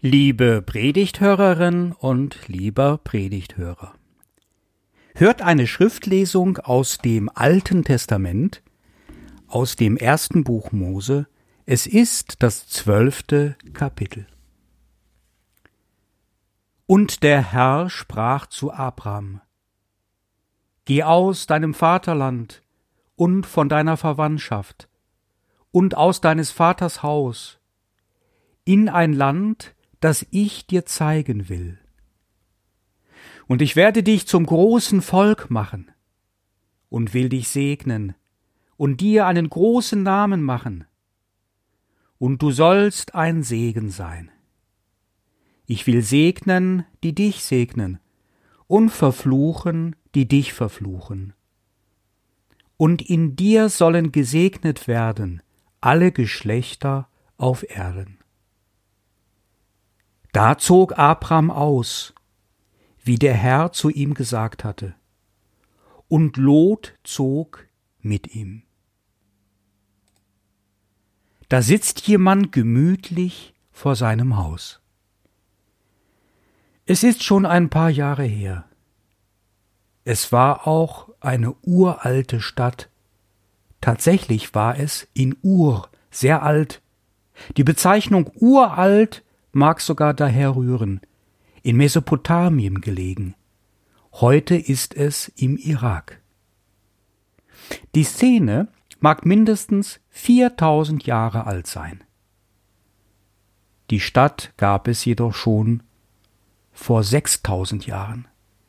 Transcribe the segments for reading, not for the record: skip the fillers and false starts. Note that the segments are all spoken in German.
Liebe Predigthörerin und lieber Predigthörer, hört eine Schriftlesung aus dem Alten Testament, aus dem 1. Buch Mose. Es ist das 12. Kapitel. Und der Herr sprach zu Abram: Geh aus deinem Vaterland und von deiner Verwandtschaft und aus deines Vaters Haus in ein Land, das ich dir zeigen will. Und ich werde dich zum großen Volk machen und will dich segnen und dir einen großen Namen machen. Und du sollst ein Segen sein. Ich will segnen, die dich segnen, und verfluchen, die dich verfluchen. Und in dir sollen gesegnet werden alle Geschlechter auf Erden. Da zog Abram aus, wie der Herr zu ihm gesagt hatte, und Lot zog mit ihm. Da sitzt jemand gemütlich vor seinem Haus. Es ist schon ein paar Jahre her. Es war auch eine uralte Stadt. Tatsächlich war es in Ur, sehr alt. Die Bezeichnung uralt mag sogar daher rühren, in Mesopotamien gelegen. Heute ist es im Irak. Die Szene mag mindestens 4000 Jahre alt sein. Die Stadt gab es jedoch schon vor 6000 Jahren.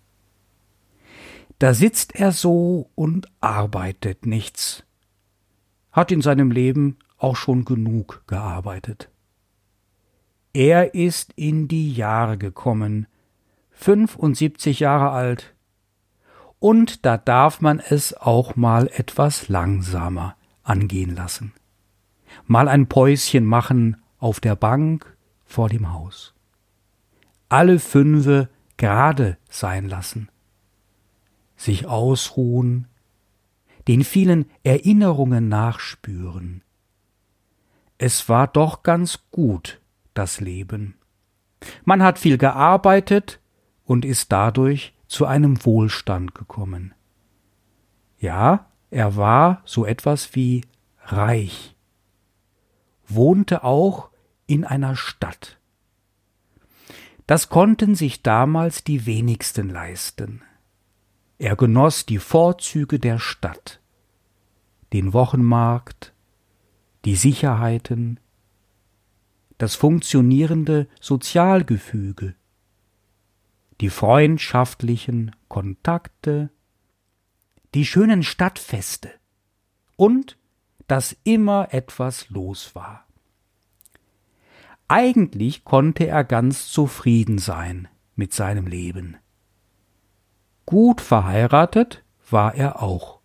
Da sitzt er so und arbeitet nichts, hat in seinem Leben auch schon genug gearbeitet. Er ist in die Jahre gekommen, 75 Jahre alt, und da darf man es auch mal etwas langsamer angehen lassen. Mal ein Päuschen machen auf der Bank vor dem Haus. Alle 5 gerade sein lassen. Sich ausruhen, den vielen Erinnerungen nachspüren. Es war doch ganz gut, das Leben. Man hat viel gearbeitet und ist dadurch zu einem Wohlstand gekommen. Ja, er war so etwas wie reich, wohnte auch in einer Stadt. Das konnten sich damals die wenigsten leisten. Er genoss die Vorzüge der Stadt, den Wochenmarkt, die Sicherheiten, das funktionierende Sozialgefüge, die freundschaftlichen Kontakte, die schönen Stadtfeste und dass immer etwas los war. Eigentlich konnte er ganz zufrieden sein mit seinem Leben. Gut verheiratet war er auch.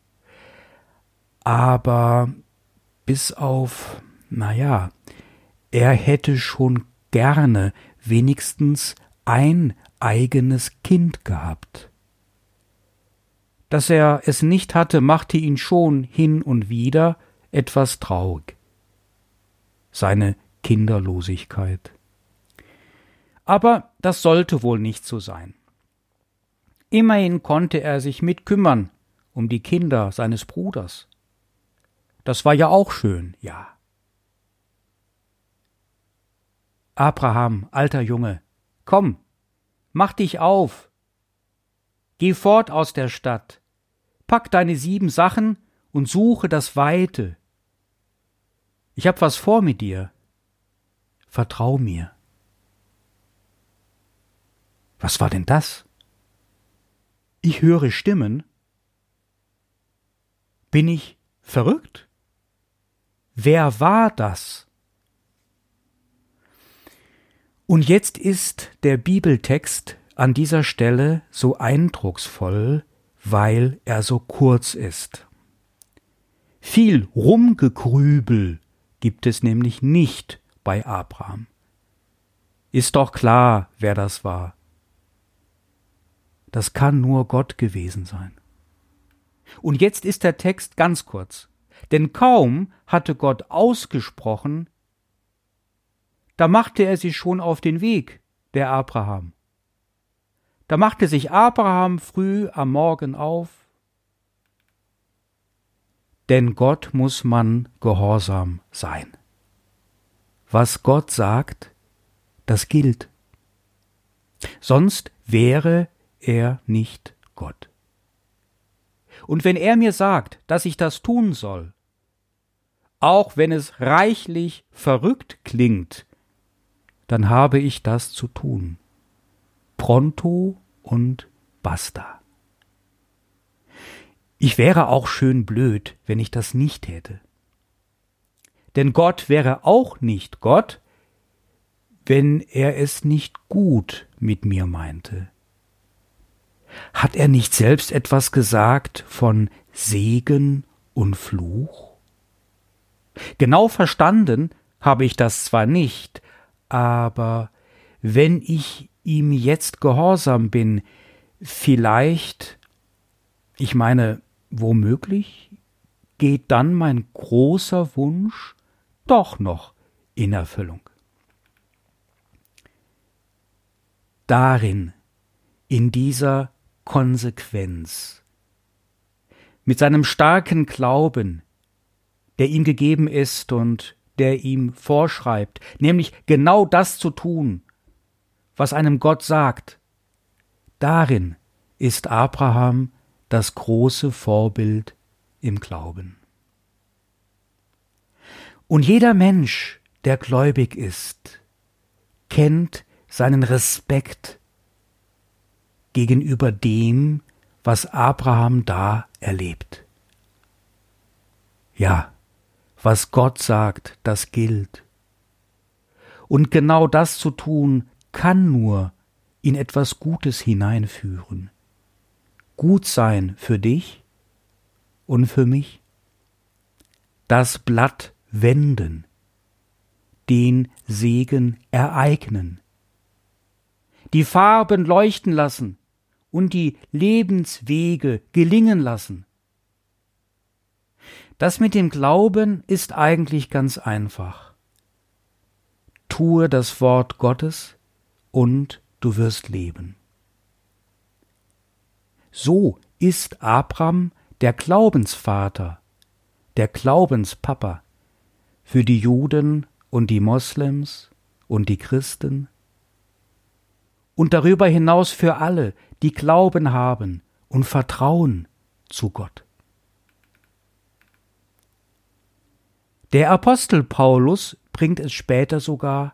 Aber bis auf, er hätte schon gerne wenigstens ein eigenes Kind gehabt. Dass er es nicht hatte, machte ihn schon hin und wieder etwas traurig. Seine Kinderlosigkeit. Aber das sollte wohl nicht so sein. Immerhin konnte er sich mitkümmern um die Kinder seines Bruders. Das war ja auch schön, ja. Abraham, alter Junge, komm, mach dich auf. Geh fort aus der Stadt, pack deine 7 Sachen und suche das Weite. Ich hab was vor mit dir. Vertrau mir. Was war denn das? Ich höre Stimmen. Bin ich verrückt? Wer war das? Und jetzt ist der Bibeltext an dieser Stelle so eindrucksvoll, weil er so kurz ist. Viel Rumgegrübel gibt es nämlich nicht bei Abraham. Ist doch klar, wer das war. Das kann nur Gott gewesen sein. Und jetzt ist der Text ganz kurz, denn kaum hatte Gott ausgesprochen, da machte er sich schon auf den Weg, der Abraham. Da machte sich Abraham früh am Morgen auf, denn Gott muss man gehorsam sein. Was Gott sagt, das gilt. Sonst wäre er nicht Gott. Und wenn er mir sagt, dass ich das tun soll, auch wenn es reichlich verrückt klingt, dann habe ich das zu tun. Pronto und basta. Ich wäre auch schön blöd, wenn ich das nicht hätte. Denn Gott wäre auch nicht Gott, wenn er es nicht gut mit mir meinte. Hat er nicht selbst etwas gesagt von Segen und Fluch? Genau verstanden habe ich das zwar nicht, aber wenn ich ihm jetzt gehorsam bin, vielleicht, ich meine, womöglich, geht dann mein großer Wunsch doch noch in Erfüllung. Darin, in dieser Konsequenz, mit seinem starken Glauben, der ihm gegeben ist und der ihm vorschreibt, nämlich genau das zu tun, was einem Gott sagt, darin ist Abraham das große Vorbild im Glauben. Und jeder Mensch, der gläubig ist, kennt seinen Respekt gegenüber dem, was Abraham da erlebt. Ja, was Gott sagt, das gilt. Und genau das zu tun, kann nur in etwas Gutes hineinführen. Gut sein für dich und für mich. Das Blatt wenden, den Segen ereignen, die Farben leuchten lassen und die Lebenswege gelingen lassen. Das mit dem Glauben ist eigentlich ganz einfach. Tue das Wort Gottes und du wirst leben. So ist Abraham der Glaubensvater, der Glaubenspapa für die Juden und die Moslems und die Christen und darüber hinaus für alle, die Glauben haben und Vertrauen zu Gott. Der Apostel Paulus bringt es später sogar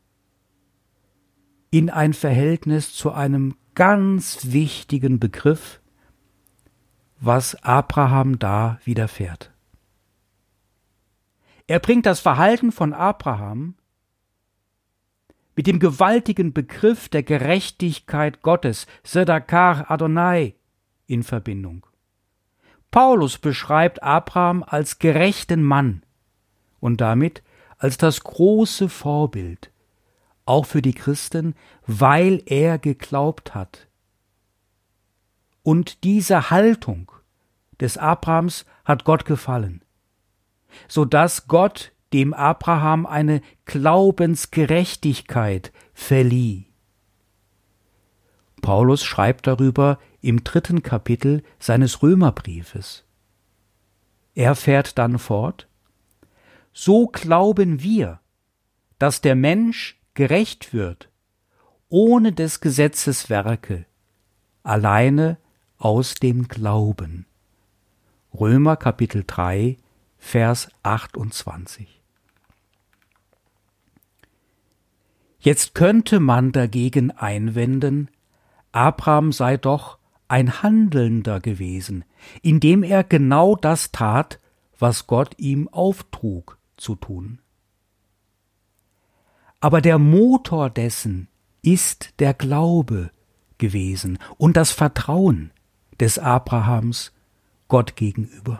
in ein Verhältnis zu einem ganz wichtigen Begriff, was Abraham da widerfährt. Er bringt das Verhalten von Abraham mit dem gewaltigen Begriff der Gerechtigkeit Gottes, Sedakar Adonai, in Verbindung. Paulus beschreibt Abraham als gerechten Mann und damit als das große Vorbild, auch für die Christen, weil er geglaubt hat. Und diese Haltung des Abrahams hat Gott gefallen, sodass Gott dem Abraham eine Glaubensgerechtigkeit verlieh. Paulus schreibt darüber im 3. Kapitel seines Römerbriefes. Er fährt dann fort: So glauben wir, dass der Mensch gerecht wird, ohne des Gesetzes Werke, alleine aus dem Glauben. Römer Kapitel 3, Vers 28. Jetzt könnte man dagegen einwenden, Abraham sei doch ein Handelnder gewesen, indem er genau das tat, was Gott ihm auftrug zu tun. Aber der Motor dessen ist der Glaube gewesen und das Vertrauen des Abrahams Gott gegenüber.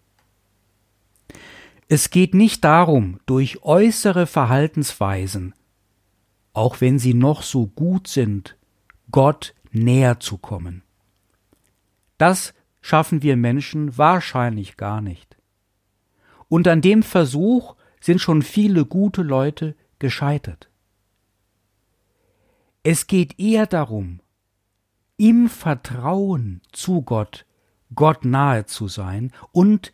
Es geht nicht darum, durch äußere Verhaltensweisen, auch wenn sie noch so gut sind, Gott näher zu kommen. Das schaffen wir Menschen wahrscheinlich gar nicht. Und an dem Versuch sind schon viele gute Leute gescheitert. Es geht eher darum, im Vertrauen zu Gott nahe zu sein und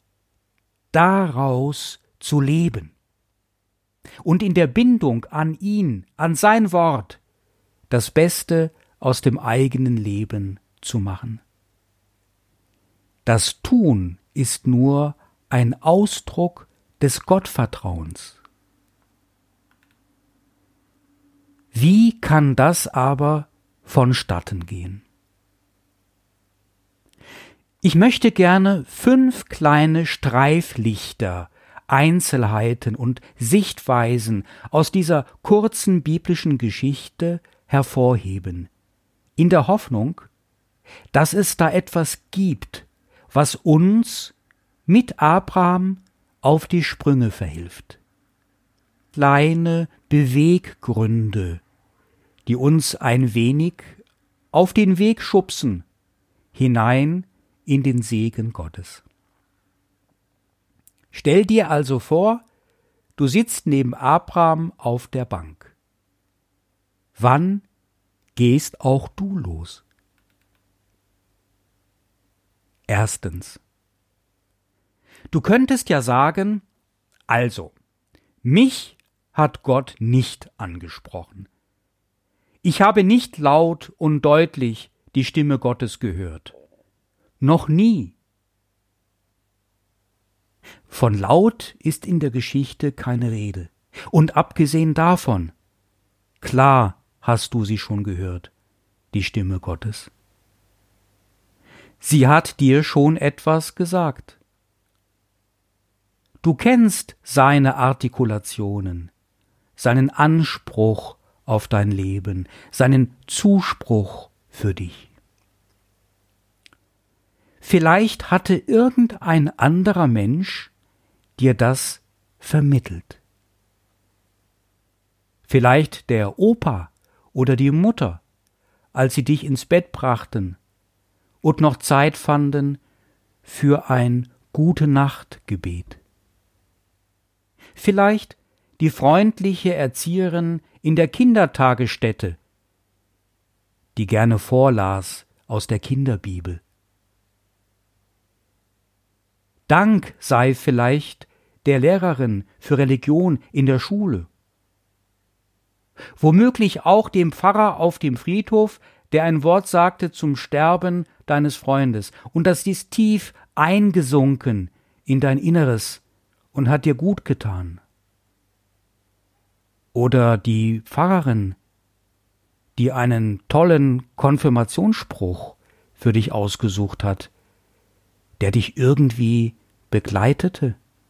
daraus zu leben. Und in der Bindung an ihn, an sein Wort, das Beste aus dem eigenen Leben zu machen. Das Tun ist nur ein Ausdruck des Gottvertrauens. Wie kann das aber vonstatten gehen? Ich möchte gerne 5 kleine Streiflichter, Einzelheiten und Sichtweisen aus dieser kurzen biblischen Geschichte hervorheben, in der Hoffnung, dass es da etwas gibt, was uns mit Abraham auf die Sprünge verhilft. Kleine Beweggründe, die uns ein wenig auf den Weg schubsen, hinein in den Segen Gottes. Stell dir also vor, du sitzt neben Abraham auf der Bank. Wann gehst auch du los? Erstens. Du könntest ja sagen, also, mich hat Gott nicht angesprochen. Ich habe nicht laut und deutlich die Stimme Gottes gehört. Noch nie. Von laut ist in der Geschichte keine Rede. Und abgesehen davon, klar hast du sie schon gehört, die Stimme Gottes. Sie hat dir schon etwas gesagt. Du kennst seine Artikulationen, seinen Anspruch auf dein Leben, seinen Zuspruch für dich. Vielleicht hatte irgendein anderer Mensch dir das vermittelt. Vielleicht der Opa oder die Mutter, als sie dich ins Bett brachten und noch Zeit fanden für ein Gute-Nacht-Gebet. Vielleicht die freundliche Erzieherin in der Kindertagesstätte, die gerne vorlas aus der Kinderbibel. Dank sei vielleicht der Lehrerin für Religion in der Schule. Womöglich auch dem Pfarrer auf dem Friedhof, der ein Wort sagte zum Sterben deines Freundes, und das ist tief eingesunken in dein Inneres und hat dir gut getan. Oder die Pfarrerin, die einen tollen Konfirmationsspruch für dich ausgesucht hat, der dich irgendwie begleitete.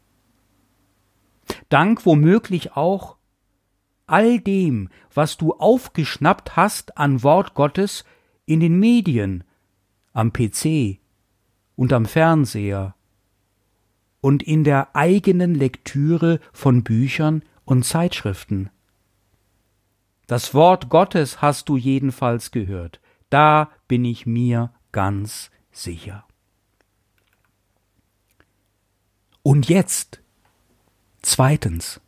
Dank womöglich auch all dem, was du aufgeschnappt hast an Wort Gottes in den Medien, am PC und am Fernseher und in der eigenen Lektüre von Büchern und Zeitschriften. Das Wort Gottes hast du jedenfalls gehört, da bin ich mir ganz sicher. Und jetzt, zweitens,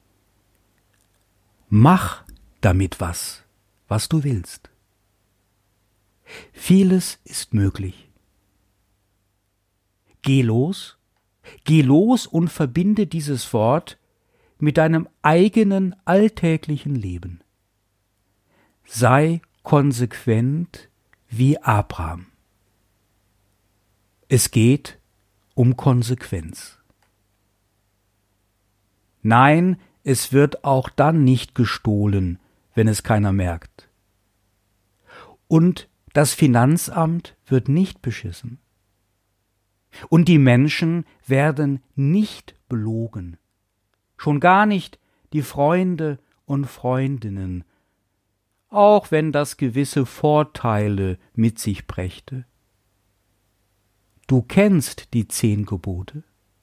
mach damit was du willst. Vieles ist möglich. Geh los und verbinde dieses Wort mit deinem eigenen alltäglichen Leben. Sei konsequent wie Abraham. Es geht um Konsequenz. Nein, es wird auch dann nicht gestohlen, wenn es keiner merkt. Und das Finanzamt wird nicht beschissen. Und die Menschen werden nicht belogen. Schon gar nicht die Freunde und Freundinnen, auch wenn das gewisse Vorteile mit sich brächte. Du kennst die 10 Gebote.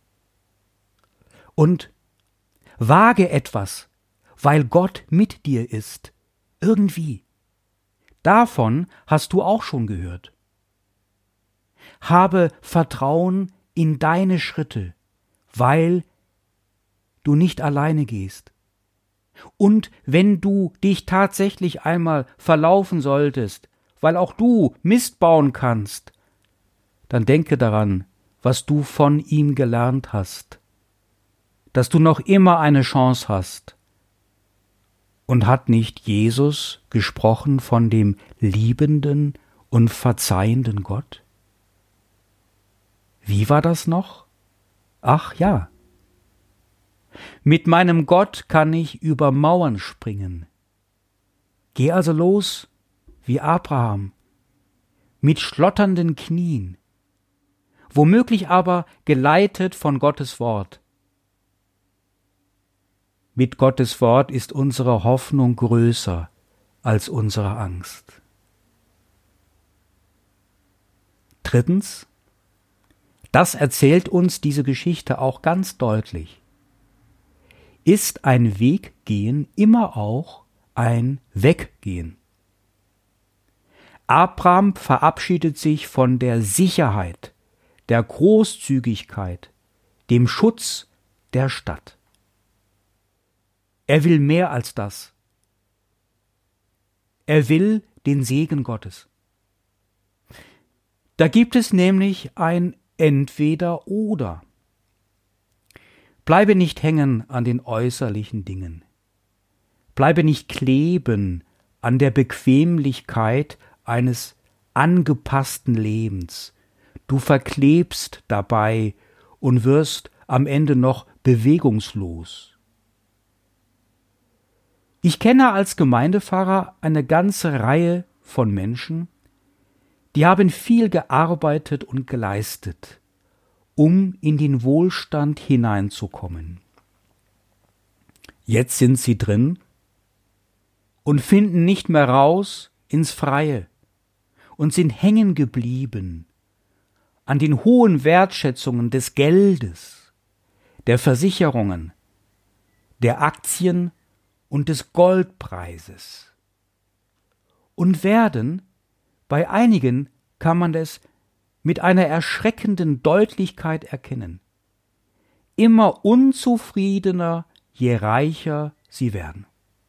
Und wage etwas, weil Gott mit dir ist, irgendwie. Davon hast du auch schon gehört. Habe Vertrauen in deine Schritte, weil du nicht alleine gehst. Und wenn du dich tatsächlich einmal verlaufen solltest, weil auch du Mist bauen kannst, dann denke daran, was du von ihm gelernt hast, dass du noch immer eine Chance hast. Und hat nicht Jesus gesprochen von dem liebenden und verzeihenden Gott? Wie war das noch? Ach ja. Mit meinem Gott kann ich über Mauern springen. Geh also los wie Abraham, mit schlotternden Knien, womöglich aber geleitet von Gottes Wort. Mit Gottes Wort ist unsere Hoffnung größer als unsere Angst. Drittens, das erzählt uns diese Geschichte auch ganz deutlich, ist ein Weggehen immer auch ein Weggehen. Abraham verabschiedet sich von der Sicherheit, der Großzügigkeit, dem Schutz der Stadt. Er will mehr als das. Er will den Segen Gottes. Da gibt es nämlich ein Entweder-Oder. Bleibe nicht hängen an den äußerlichen Dingen. Bleibe nicht kleben an der Bequemlichkeit eines angepassten Lebens. Du verklebst dabei und wirst am Ende noch bewegungslos. Ich kenne als Gemeindepfarrer eine ganze Reihe von Menschen, die haben viel gearbeitet und geleistet, um in den Wohlstand hineinzukommen. Jetzt sind sie drin und finden nicht mehr raus ins Freie und sind hängen geblieben an den hohen Wertschätzungen des Geldes, der Versicherungen, der Aktien und des Goldpreises. Und werden, bei einigen kann man es mit einer erschreckenden Deutlichkeit erkennen, immer unzufriedener, je reicher sie werden.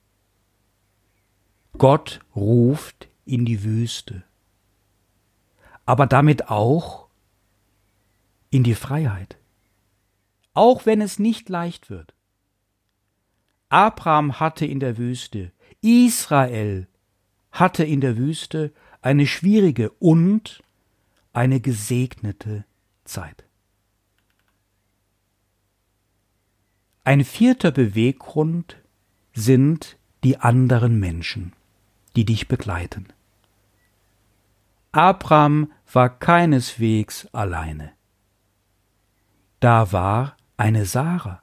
Gott ruft in die Wüste, aber damit auch in die Freiheit, auch wenn es nicht leicht wird. Abraham hatte in der Wüste, Israel hatte in der Wüste eine schwierige und eine gesegnete Zeit. Ein vierter Beweggrund sind die anderen Menschen, die dich begleiten. Abraham war keineswegs alleine. Da war eine Sarah.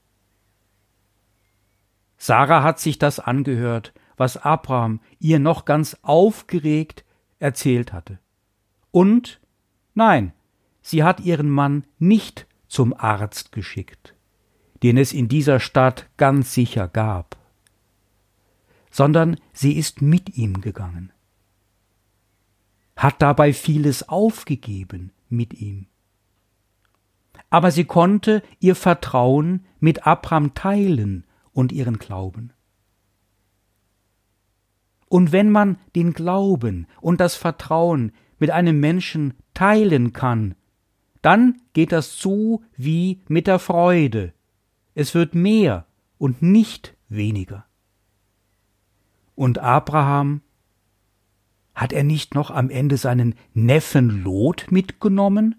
Sarah hat sich das angehört, was Abraham ihr noch ganz aufgeregt erzählt hatte. Und, nein, sie hat ihren Mann nicht zum Arzt geschickt, den es in dieser Stadt ganz sicher gab, sondern sie ist mit ihm gegangen, hat dabei vieles aufgegeben mit ihm. Aber sie konnte ihr Vertrauen mit Abraham teilen und ihren Glauben. Und wenn man den Glauben und das Vertrauen mit einem Menschen teilen kann, dann geht das zu wie mit der Freude. Es wird mehr und nicht weniger. Und Abraham, hat er nicht noch am Ende seinen Neffen Lot mitgenommen?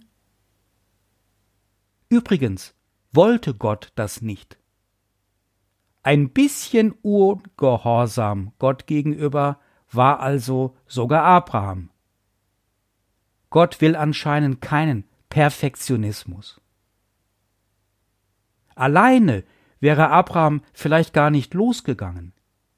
Übrigens wollte Gott das nicht. Ein bisschen ungehorsam Gott gegenüber war also sogar Abraham. Gott will anscheinend keinen Perfektionismus. Alleine wäre Abraham vielleicht gar nicht losgegangen.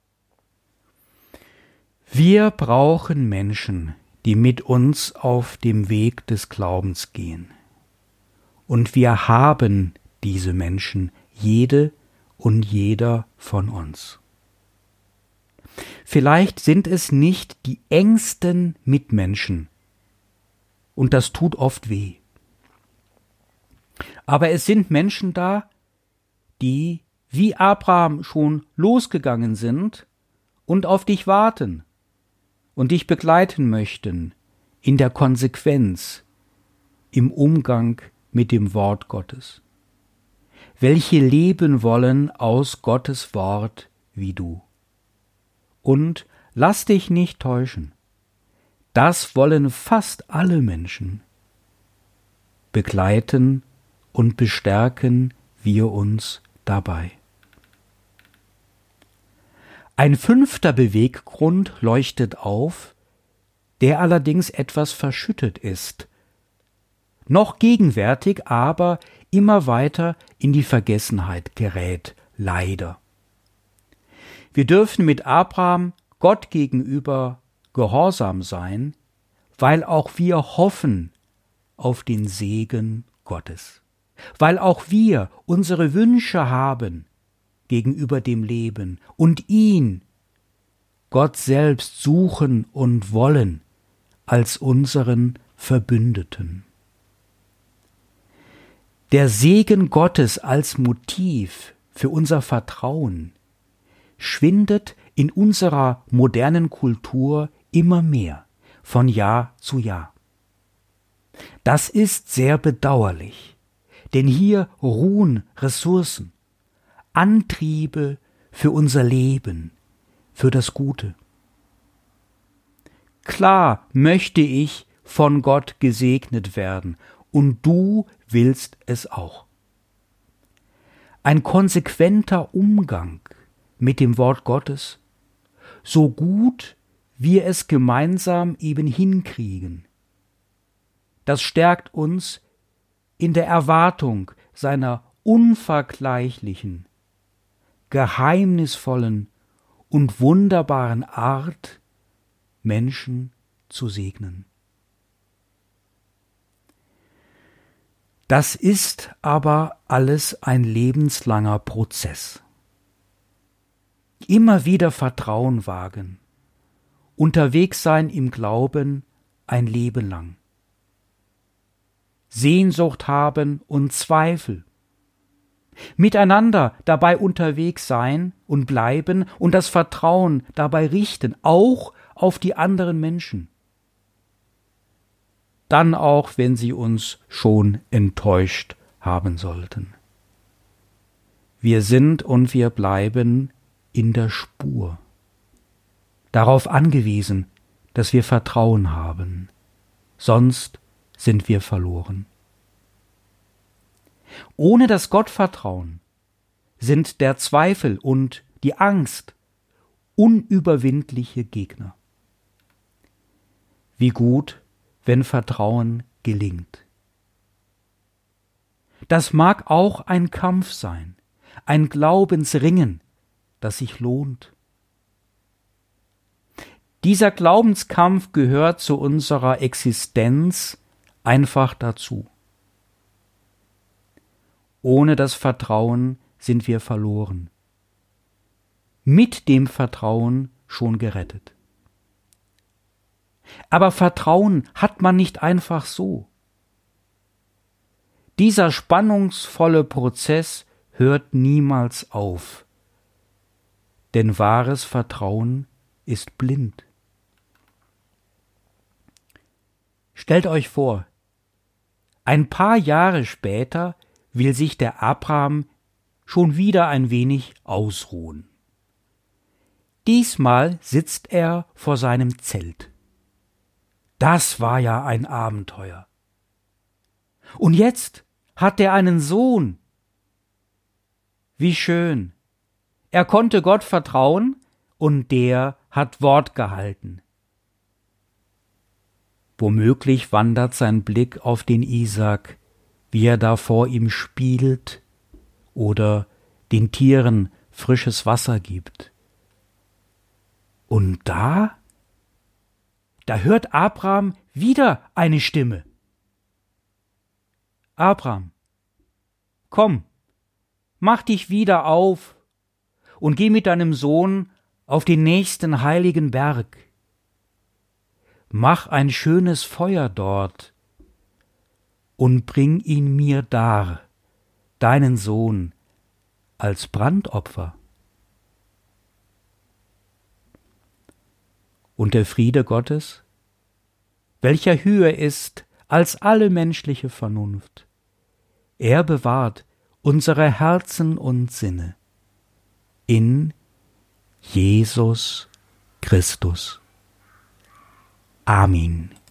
Wir brauchen Menschen, die mit uns auf dem Weg des Glaubens gehen. Und wir haben diese Menschen, jede und jeder von uns. Vielleicht sind es nicht die engsten Mitmenschen, und das tut oft weh. Aber es sind Menschen da, die wie Abraham schon losgegangen sind und auf dich warten und dich begleiten möchten in der Konsequenz, im Umgang mit dem Wort Gottes. Welche leben wollen aus Gottes Wort wie du. Und lass dich nicht täuschen, das wollen fast alle Menschen. Begleiten und bestärken wir uns dabei. Ein 5. Beweggrund leuchtet auf, der allerdings etwas verschüttet ist, noch gegenwärtig, aber immer weiter in die Vergessenheit gerät, leider. Wir dürfen mit Abraham Gott gegenüber gehorsam sein, weil auch wir hoffen auf den Segen Gottes, weil auch wir unsere Wünsche haben gegenüber dem Leben und ihn, Gott selbst, suchen und wollen als unseren Verbündeten. Der Segen Gottes als Motiv für unser Vertrauen schwindet in unserer modernen Kultur immer mehr, von Jahr zu Jahr. Das ist sehr bedauerlich, denn hier ruhen Ressourcen, Antriebe für unser Leben, für das Gute. Klar möchte ich von Gott gesegnet werden, und du willst es auch. Ein konsequenter Umgang mit dem Wort Gottes, so gut wir es gemeinsam eben hinkriegen, das stärkt uns in der Erwartung seiner unvergleichlichen, geheimnisvollen und wunderbaren Art, Menschen zu segnen. Das ist aber alles ein lebenslanger Prozess. Immer wieder Vertrauen wagen, unterwegs sein im Glauben ein Leben lang. Sehnsucht haben und Zweifel. Miteinander dabei unterwegs sein und bleiben und das Vertrauen dabei richten, auch auf die anderen Menschen. Dann auch, wenn sie uns schon enttäuscht haben sollten. Wir sind und wir bleiben in der Spur. Darauf angewiesen, dass wir Vertrauen haben, sonst sind wir verloren. Ohne das Gottvertrauen sind der Zweifel und die Angst unüberwindliche Gegner. Wie gut, wenn Vertrauen gelingt. Das mag auch ein Kampf sein, ein Glaubensringen, das sich lohnt. Dieser Glaubenskampf gehört zu unserer Existenz einfach dazu. Ohne das Vertrauen sind wir verloren. Mit dem Vertrauen schon gerettet. Aber Vertrauen hat man nicht einfach so. Dieser spannungsvolle Prozess hört niemals auf. Denn wahres Vertrauen ist blind. Stellt euch vor, ein paar Jahre später will sich der Abraham schon wieder ein wenig ausruhen. Diesmal sitzt er vor seinem Zelt. Das war ja ein Abenteuer. Und jetzt hat er einen Sohn. Wie schön. Er konnte Gott vertrauen und der hat Wort gehalten. Womöglich wandert sein Blick auf den Isaak, wie er da vor ihm spielt oder den Tieren frisches Wasser gibt. Und da hört Abraham wieder eine Stimme. Abraham, komm, mach dich wieder auf und geh mit deinem Sohn auf den nächsten heiligen Berg. Mach ein schönes Feuer dort und bring ihn mir dar, deinen Sohn, als Brandopfer. Und der Friede Gottes, welcher höher ist als alle menschliche Vernunft, er bewahrt unsere Herzen und Sinne in Jesus Christus. Amen.